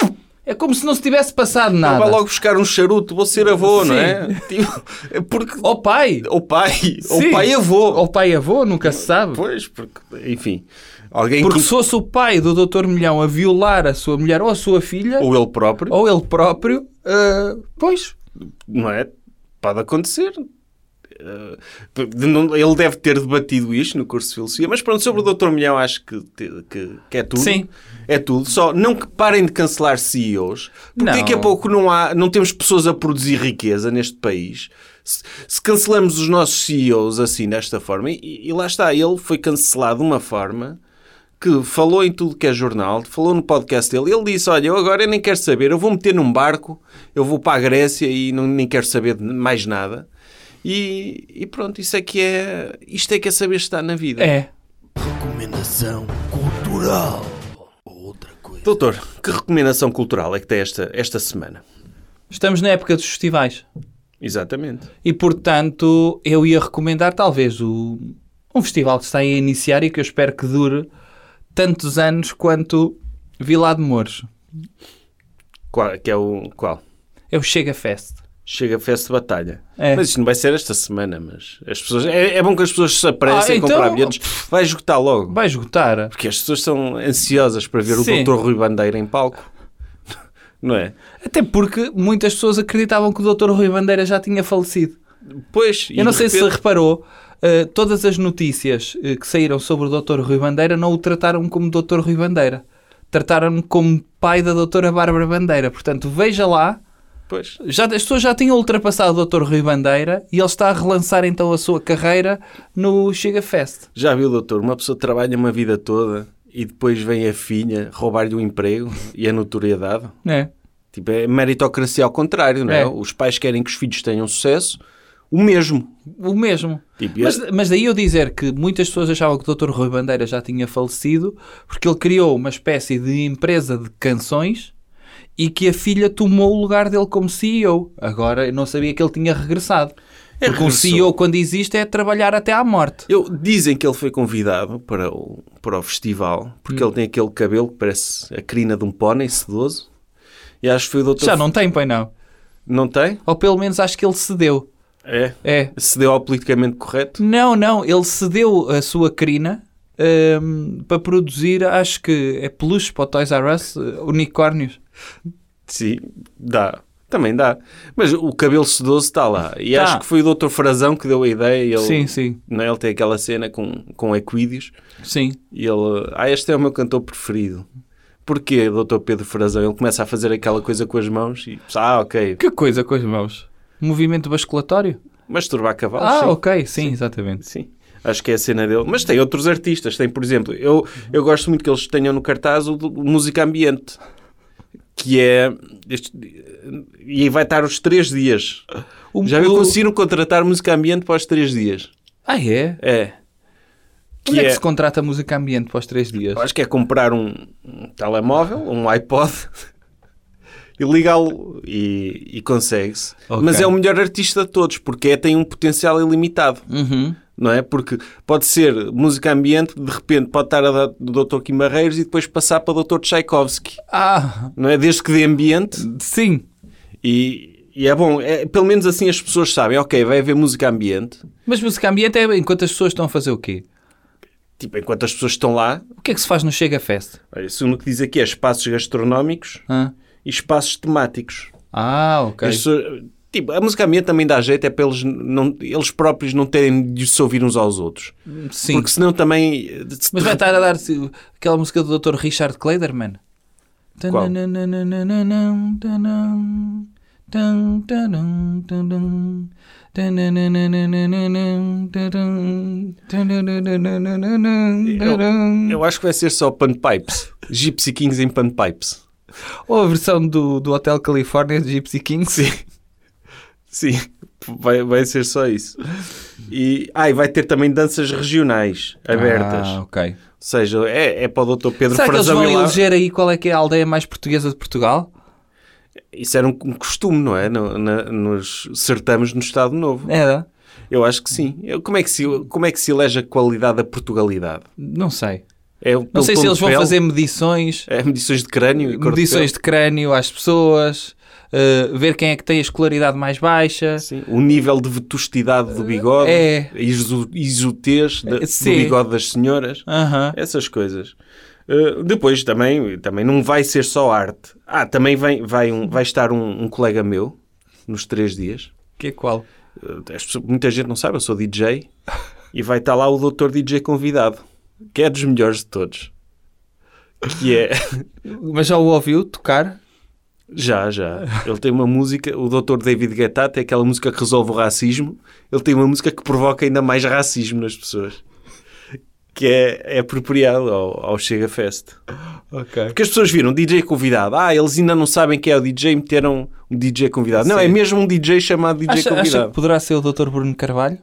É como se não se tivesse passado nada. Vai logo buscar um charuto, vou ser avô, Sim. não é? Tipo, é porque... Ou pai. Ou pai. Ou Sim. pai avô. Ou pai avô, nunca se sabe. Pois, porque, enfim. Alguém Porque que... se fosse o pai do doutor Milhão a violar a sua mulher ou a sua filha, Ou ele próprio. ou ele próprio, ah, pois, Não é? Pode acontecer. Uh, não- ele deve ter debatido isto no curso de filosofia, mas pronto, sobre o doutor Milhão acho que, te- que, que é tudo. Sim. É tudo. Só não que parem de cancelar C E Os, porque Não. daqui a pouco não, há, não temos pessoas a produzir riqueza neste país. Se, se cancelamos os nossos C E Os assim, desta forma, e, e lá está, ele foi cancelado de uma forma que falou em tudo que é jornal, falou no podcast dele, ele disse, olha, eu agora nem quero saber, eu vou meter num barco, eu vou para a Grécia e não, nem quero saber de mais nada. E, e pronto, isso é que é, isto é que é saber estar na vida. é. Recomendação cultural. Outra coisa. Doutor, que recomendação cultural é que tem esta, esta semana? Estamos na época dos festivais. Exatamente. E, portanto, eu ia recomendar talvez o, um festival que está aí a iniciar e que eu espero que dure tantos anos quanto Vila de Mouros. Qual, que é o qual? É o Chega Fest. Chega Fest de Batalha. É. Mas isto não vai ser esta semana, mas as pessoas, é, é bom que as pessoas se apressem Ah, a comprar então- bilhetes. Vai esgotar logo. Vai esgotar. Porque as pessoas são ansiosas para ver o Sim. doutor Rui Bandeira em palco. Não é? Até porque muitas pessoas acreditavam que o doutor Rui Bandeira já tinha falecido. Pois, Eu não sei se reparou, uh, todas as notícias uh, que saíram sobre o doutor Rui Bandeira não o trataram como doutor Rui Bandeira. Trataram-no como pai da doutora Bárbara Bandeira. Portanto, veja lá, Pois. já, as pessoas já tinham ultrapassado o doutor Rui Bandeira e ele está a relançar então a sua carreira no Chega Fest. Já viu, doutor? Uma pessoa trabalha uma vida toda e depois vem a filha roubar-lhe o emprego e a notoriedade. É. Tipo, é meritocracia ao contrário, não é? É. Os pais querem que os filhos tenham sucesso, o mesmo. O mesmo. Tipo, Mas, é- mas daí eu dizer que muitas pessoas achavam que o doutor Rui Bandeira já tinha falecido porque ele criou uma espécie de empresa de canções e que a filha tomou o lugar dele como C E O. Agora eu não sabia que ele tinha regressado. É, Porque um regressou. C E O, quando existe, é trabalhar até à morte. Eu, dizem que ele foi convidado para o, para o festival porque Hum. ele tem aquele cabelo que parece a crina de um pônei sedoso. E acho que foi o doutor... Já não tem, pois não. Não tem? Ou pelo menos acho que ele cedeu. É. É. Se deu ao politicamente correto. Não, não. Ele cedeu a sua crina hum, para produzir, acho que é peluche para o Toys R Us, uh, unicórnios. Sim, dá. Também dá. Mas o cabelo sedoso está lá. E Tá. acho que foi o doutor Frazão que deu a ideia. Ele, Sim, sim. Não é? Ele tem aquela cena com, com equídeos. Sim. E ele... Ah, este é o meu cantor preferido. Porquê, doutor Pedro Frazão? Ele começa a fazer aquela coisa com as mãos e... Ah, ok. Que coisa com as mãos? Movimento basculatório? Masturbar cavalos, Ah, sim. ok. Sim, exatamente. Sim. Acho que é a cena dele. Mas tem outros artistas. Tem, por exemplo... Eu, eu gosto muito que eles tenham no cartaz o, o Música Ambiente. Que é... Este, e vai estar os três dias. O- Já viu? o- Conseguiram contratar Música Ambiente para os três dias. Ah, é? É. Onde é que é- se contrata música ambiente para os três dias? Eu acho que é comprar um, um telemóvel, um iPod e ligá-lo e, e consegue-se. Ok. Mas é o melhor artista de todos porque é, tem um potencial ilimitado, Uhum. não é? Porque pode ser música ambiente, de repente pode estar a dar do doutor Guimarães e depois passar para o doutor Tchaikovsky, Ah, não é? Desde que dê ambiente sim. e, e é bom. É, pelo menos assim as pessoas sabem, ok, vai haver música ambiente. Mas música ambiente é enquanto as pessoas estão a fazer o quê? Tipo, enquanto as pessoas estão lá, O que é que se faz no Chega Fest? olha, segundo o que diz aqui é espaços gastronómicos Hã? e espaços temáticos. Ah, ok. As pessoas- tipo, a música ambiente também dá jeito, é para eles, não, eles próprios não terem de se ouvir uns aos outros. Sim. Porque senão também... Mas vai estar a dar aquela música do doutor Richard Kleiderman. Qual? Eu, eu acho que vai ser só Panpipes. Gypsy Kings em Panpipes. Ou a versão do, do Hotel California de Gypsy King. Sim. Sim. Vai, vai ser só isso. E, ah, e vai ter também danças regionais abertas. Ah, ok. Ou seja, é, é para o doutor Pedro Será que eles Frazão vão ir lá. eleger aí qual é que é a aldeia mais portuguesa de Portugal? Isso era um, um costume, não é? No, na, nos certames no Estado Novo. Era? Eu acho que sim. Eu, como, é que se, como é que se elege a qualidade da Portugalidade? Não sei. É Não sei se eles vão pele, fazer medições. É, medições de crânio. E medições de, de crânio às pessoas. Uh, ver quem é que tem a escolaridade mais baixa. Sim, o nível de vetusticidade do bigode. É. A iso, isotez de, do bigode das senhoras. Uh-huh. Essas coisas. Uh, depois também, também não vai ser só arte. Ah, também vai, vai, um, vai estar um, um colega meu nos três dias. Que é qual? Uh, pessoas, muita gente não sabe, eu sou D J. E vai estar lá o doutor D J convidado. Que é dos melhores de todos. Que é... Mas já o ouviu tocar? Já, já. Ele tem uma música, o doutor David Guetta tem aquela música que resolve o racismo. Ele tem uma música que provoca ainda mais racismo nas pessoas. Que é, é apropriado ao, ao Chega Fest. Okay. Porque as pessoas viram D J convidado. Ah, eles ainda não sabem quem é o D J e meteram um D J convidado. Sim. Não, é mesmo um D J chamado D J acha, convidado. Acha que poderá ser o doutor Bruno Carvalho?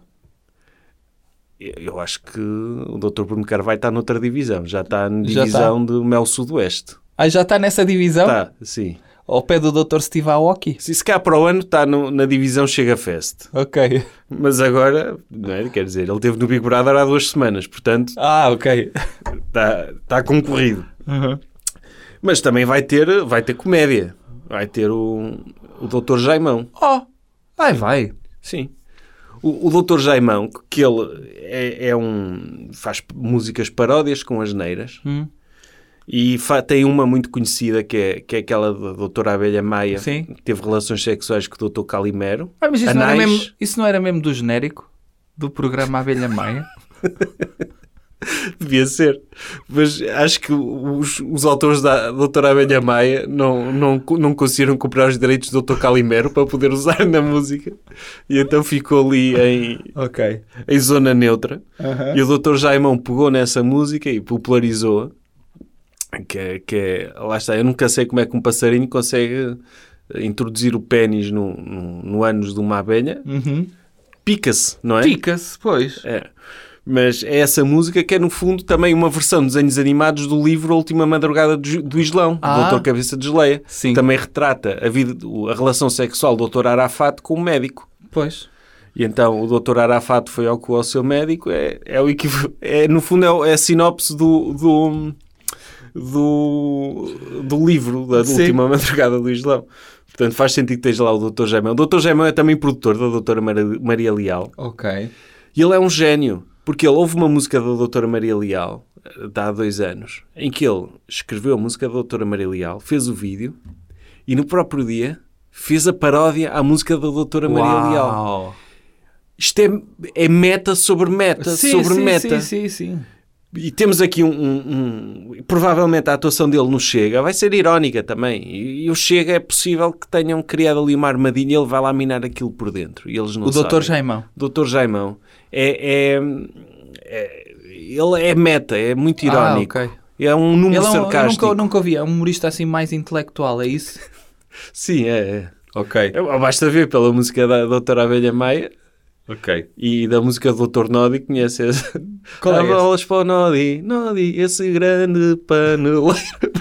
Eu acho que o doutor Bruno Carvalho está noutra divisão. Já está na divisão de Mel Sudoeste. Ah, já está nessa divisão? Está, sim. Ao pé do doutor Steve Aoki? Se, se cá para o ano está no, na divisão Chega Fest. Ok. Mas agora, não é? Quer dizer, ele esteve no Big Brother há duas semanas, portanto... Ah, ok. Está, está concorrido. Uhum. Mas também vai ter, vai ter comédia. Vai ter o, o doutor Jaimão. Oh, vai, vai. Sim. O, o doutor Jaimão, que ele é, é um... faz músicas paródias com asneiras. Hum. E fa- tem uma muito conhecida que é, que é aquela da doutora Abelha Maia. Sim. Que teve relações sexuais com o doutor Calimero. Ah, mas isso não, era mesmo, isso não era mesmo do genérico? Do programa Abelha Maia? Devia ser. Mas acho que os, os autores da doutora Abelha Maia não, não, não conseguiram comprar os direitos do doutor Calimero para poder usar na música. E então ficou ali em, okay. em zona neutra. Uh-huh. E o doutor Jaimão pegou nessa música e popularizou-a. Que é, que é... Lá está. Eu nunca sei como é que um passarinho consegue introduzir o pénis no, no, no ânus de uma abelha. Uhum. Pica-se, não é? Pica-se, pois. É. Mas é essa música que é, no fundo, também uma versão dos desenhos animados do livro A Última Madrugada do, do Islão, ah, do doutor Cabeça de Geleia. Sim. Também retrata a, vida, a relação sexual do doutor Arafat com o médico. Pois. E então o doutor Arafat foi ao, ao seu médico. É, é, o equiv- é no fundo, é a sinopse do, do, do, do livro da Sim. Última Madrugada do Islão. Portanto, faz sentido que esteja lá o doutor Jaimão. O doutor Jaimão é também produtor da doutora Maria Leal. Ok. E ele é um gênio. Porque ele houve uma música da doutora Maria Leal, de há dois anos, em que ele escreveu a música da doutora Maria Leal, fez o vídeo e no próprio dia fez a paródia à música da doutora Maria Uau. Leal. Isto é, é meta sobre meta sim, sobre sim, meta. Sim, sim, sim. E temos aqui um, um, um... Provavelmente a atuação dele no Chega vai ser irónica também. E, e o Chega é possível que tenham criado ali uma armadilha e ele vai lá minar aquilo por dentro. E eles não o doutor sabem. Jaimão. doutor Jaimão. É, é, é, ele é meta, é muito irónico. Ah, okay. É um número ele é um, sarcástico. Eu nunca, nunca ouvi. É um humorista assim mais intelectual, é isso? Sim, é. é. Ok. Basta ver pela música da doutora Abelha Maia. Ok. E da música do doutor Nodi, conhece essa? Qual é bolas para o Nodi, Nodi, esse grande paneleiro.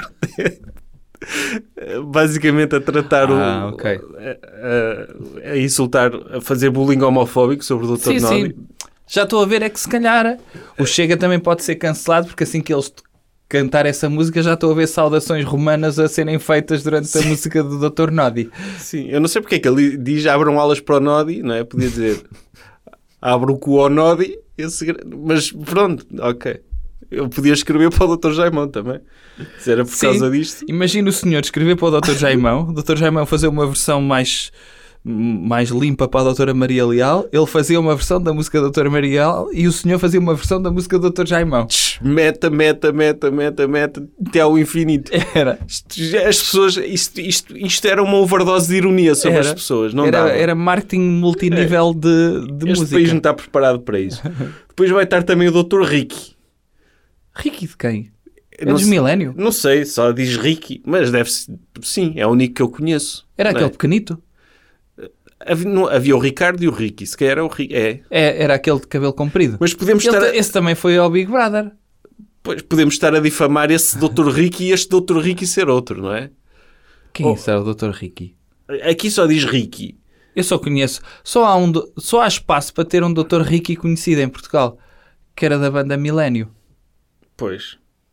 Basicamente a tratar ah, o... Okay. A, a, a insultar, a fazer bullying homofóbico sobre o doutor Sim, Nodi. sim. Já estou a ver é que se calhar o Chega também pode ser cancelado, porque assim que eles cantar essa música já estou a ver saudações romanas a serem feitas durante sim. a música do doutor Nodi. Sim, eu não sei porque é que ele diz abram alas para o Nodi, não é? Podia dizer abro o cu ao Nodi, esse... mas pronto, ok. Eu podia escrever para o doutor Jaimão também. Se era por sim. causa disto. Imagina o senhor escrever para o doutor Jaimão, o doutor Jaimão fazer uma versão mais... mais limpa para a doutora Maria Leal, ele fazia uma versão da música da doutora Maria Leal e o senhor fazia uma versão da música do doutor Jaimão. Meta, meta, meta, meta, meta, até ao infinito. Era. Isto, as pessoas, isto, isto, isto era uma overdose de ironia sobre era. as pessoas. Não era, dava. era marketing multinível é. de, de este música. Este país não está preparado para isso. Depois vai estar também o doutor Ricky. Ricky de quem? É não dos sei, Milénio? Não sei, só diz Ricky, mas deve ser, sim, é o único que eu conheço. Era aquele é? pequenito? Havia, não, havia o Ricardo e o Ricky, se calhar era o Ricky. É. É, era aquele de cabelo comprido. Mas podemos Ele, estar a... Esse também foi ao Big Brother. Pois, podemos estar a difamar esse doutor Ricky e este doutor Ricky ser outro, não é? Quem oh. será o doutor Ricky? Aqui só diz Ricky. Eu só conheço. Só há, um, só há espaço para ter um doutor Ricky conhecido em Portugal, que era da banda Milénio. Pois.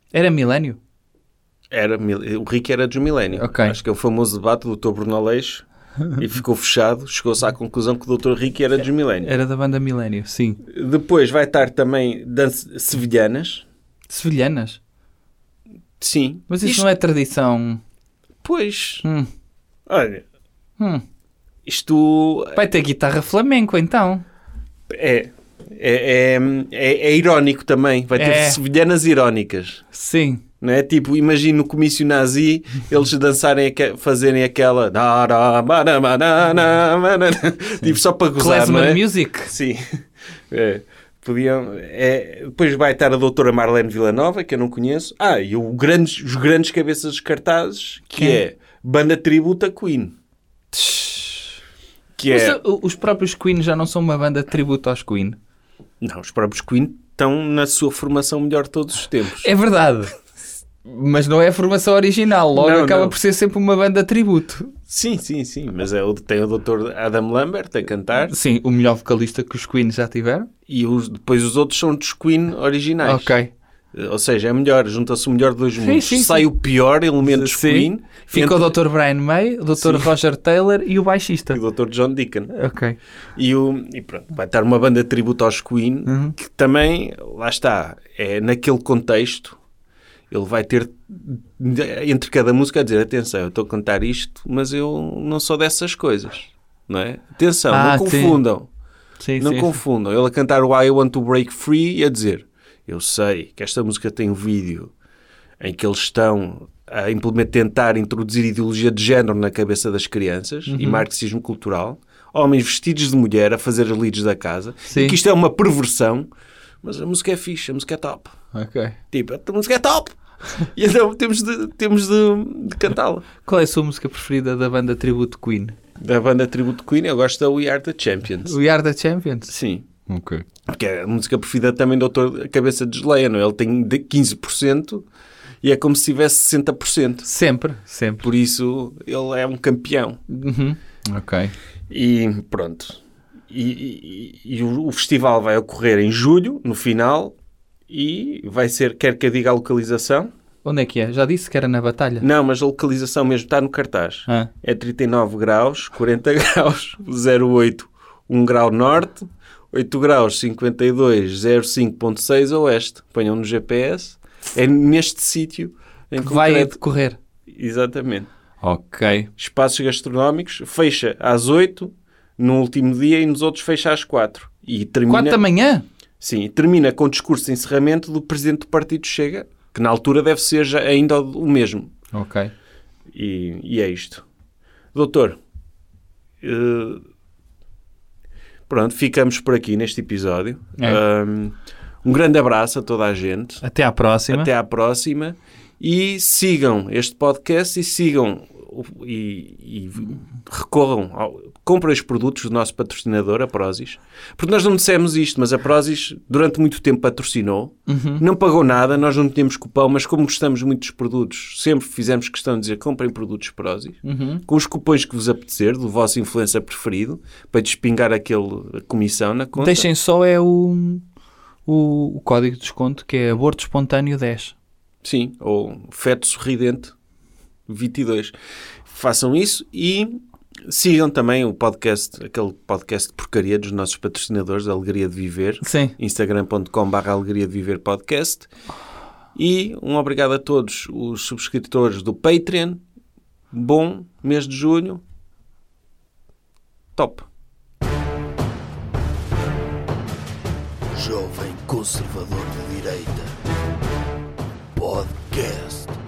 Era Milénio? Era, o Ricky era dos Millennium. Ok. Acho que é o famoso debate do doutor Bruno Aleixo e ficou fechado. Chegou-se à conclusão que o doutor Ricky era dos Millennium. Era da banda Milénio, sim. Depois vai estar também dança sevilhanas. Sevilhanas? Sim. Mas isso Isto- não é tradição... Pois, Hum. olha, Hum. isto Vai ter guitarra flamenco, então. é, é, é, é, é irónico também. Vai ter É. sevilhanas irónicas. Sim. Não é? Tipo, imagina no comício nazi eles dançarem, aque- fazerem aquela tipo, só para gozar, não Klezmer é? Music. Sim. É, podiam, é, depois vai estar a doutora Marlene Villanova, que eu não conheço. Ah, e o grandes, os grandes cabeças de cartazes, que Quem? é banda tributo a Queen. Que Mas, é... uh, os próprios Queen já não são uma banda de tributo aos Queen. Não, os próprios Queen estão na sua formação melhor de todos os tempos. É verdade. Mas não é a formação original. Logo Não, acaba não. por ser sempre uma banda de tributo. Sim, sim, sim. Mas é, o- tem o doutor Adam Lambert a cantar Sim, o melhor vocalista que os Queen já tiveram. e os, depois os outros são dos Queen originais. Ok. Ou seja, é melhor, junta-se o melhor de dois mundos. sim, Sai sim. o pior elemento dos Sim. Queen Fica entre- o doutor Brian May, o doutor Sim. Roger Taylor e o baixista. e o doutor John Deacon. Ok. E, o, e pronto, vai estar uma banda de tributo aos Queen, Uhum. que também, lá está, é naquele contexto, ele vai ter, entre cada música, a dizer, atenção, eu estou a cantar isto, mas eu não sou dessas coisas, não é? Atenção, Ah, não sim. confundam, Sim, não sim, confundam. Ele a cantar o I Want to Break Free e a dizer, eu sei que esta música tem um vídeo em que eles estão a implementar, tentar introduzir ideologia de género na cabeça das crianças Uhum. e marxismo cultural, homens vestidos de mulher a fazer as lides da casa, Sim. e que isto é uma perversão, mas a música é fixe, a música é top. Ok. Tipo, a música é top! E então temos de, temos de, de cantá-la. Qual é a sua música preferida da banda tributo Queen? Da banda Tributo Queen, eu gosto da We Are the Champions. We Are the Champions? Sim. Ok. Porque é a música preferida também do autor Cabeça de Geleia, não é? Ele tem de quinze por cento e é como se tivesse sessenta por cento. Sempre, sempre. Por isso, ele é um campeão. Uhum. Ok. E pronto. E, e- e o, o festival vai ocorrer em julho, no final, e vai ser, quer que eu diga a localização? Onde é que é? Já disse que era na Batalha? Não, mas a localização mesmo está no cartaz. Ah. É trinta e nove graus, quarenta graus, zero oito, um grau norte, oito graus, cinquenta e dois, zero cinco ponto seis oeste. Ponham no G P S. É neste sítio em Que vai concreto. decorrer. Exatamente. Ok. Espaços gastronómicos, fecha às oito no último dia e nos outros fecha às quatro. E termina, Quatro da manhã? sim, e termina com o discurso de encerramento do Presidente do Partido Chega, que na altura deve ser já ainda o mesmo. Ok. E, e é isto. Doutor, eh, pronto, ficamos por aqui neste episódio. É. Um, um grande abraço a toda a gente. Até à próxima. Até à próxima. E sigam este podcast e sigam o- e, e recorram, ao, comprem os produtos do nosso patrocinador, a Prozis. Porque nós não dissemos isto, mas a Prozis durante muito tempo patrocinou, Uhum. não pagou nada, nós não tínhamos cupão, mas como gostamos muito dos produtos, sempre fizemos questão de dizer comprem produtos Prozis, Uhum. com os cupons que vos apetecer, do vosso influencer preferido, para despingar aquele a comissão na conta. Deixem só é o, o, o código de desconto que é aborto espontâneo dez. Sim, ou feto sorridente vinte e dois. Façam isso e sigam também o podcast, aquele podcast de porcaria dos nossos patrocinadores, Alegria de Viver, Sim. instagram ponto com barra Alegria de Viver podcast. E um obrigado a todos os subscritores do Patreon. Bom mês de junho. Top. Jovem Conservador de Direita. Podcast.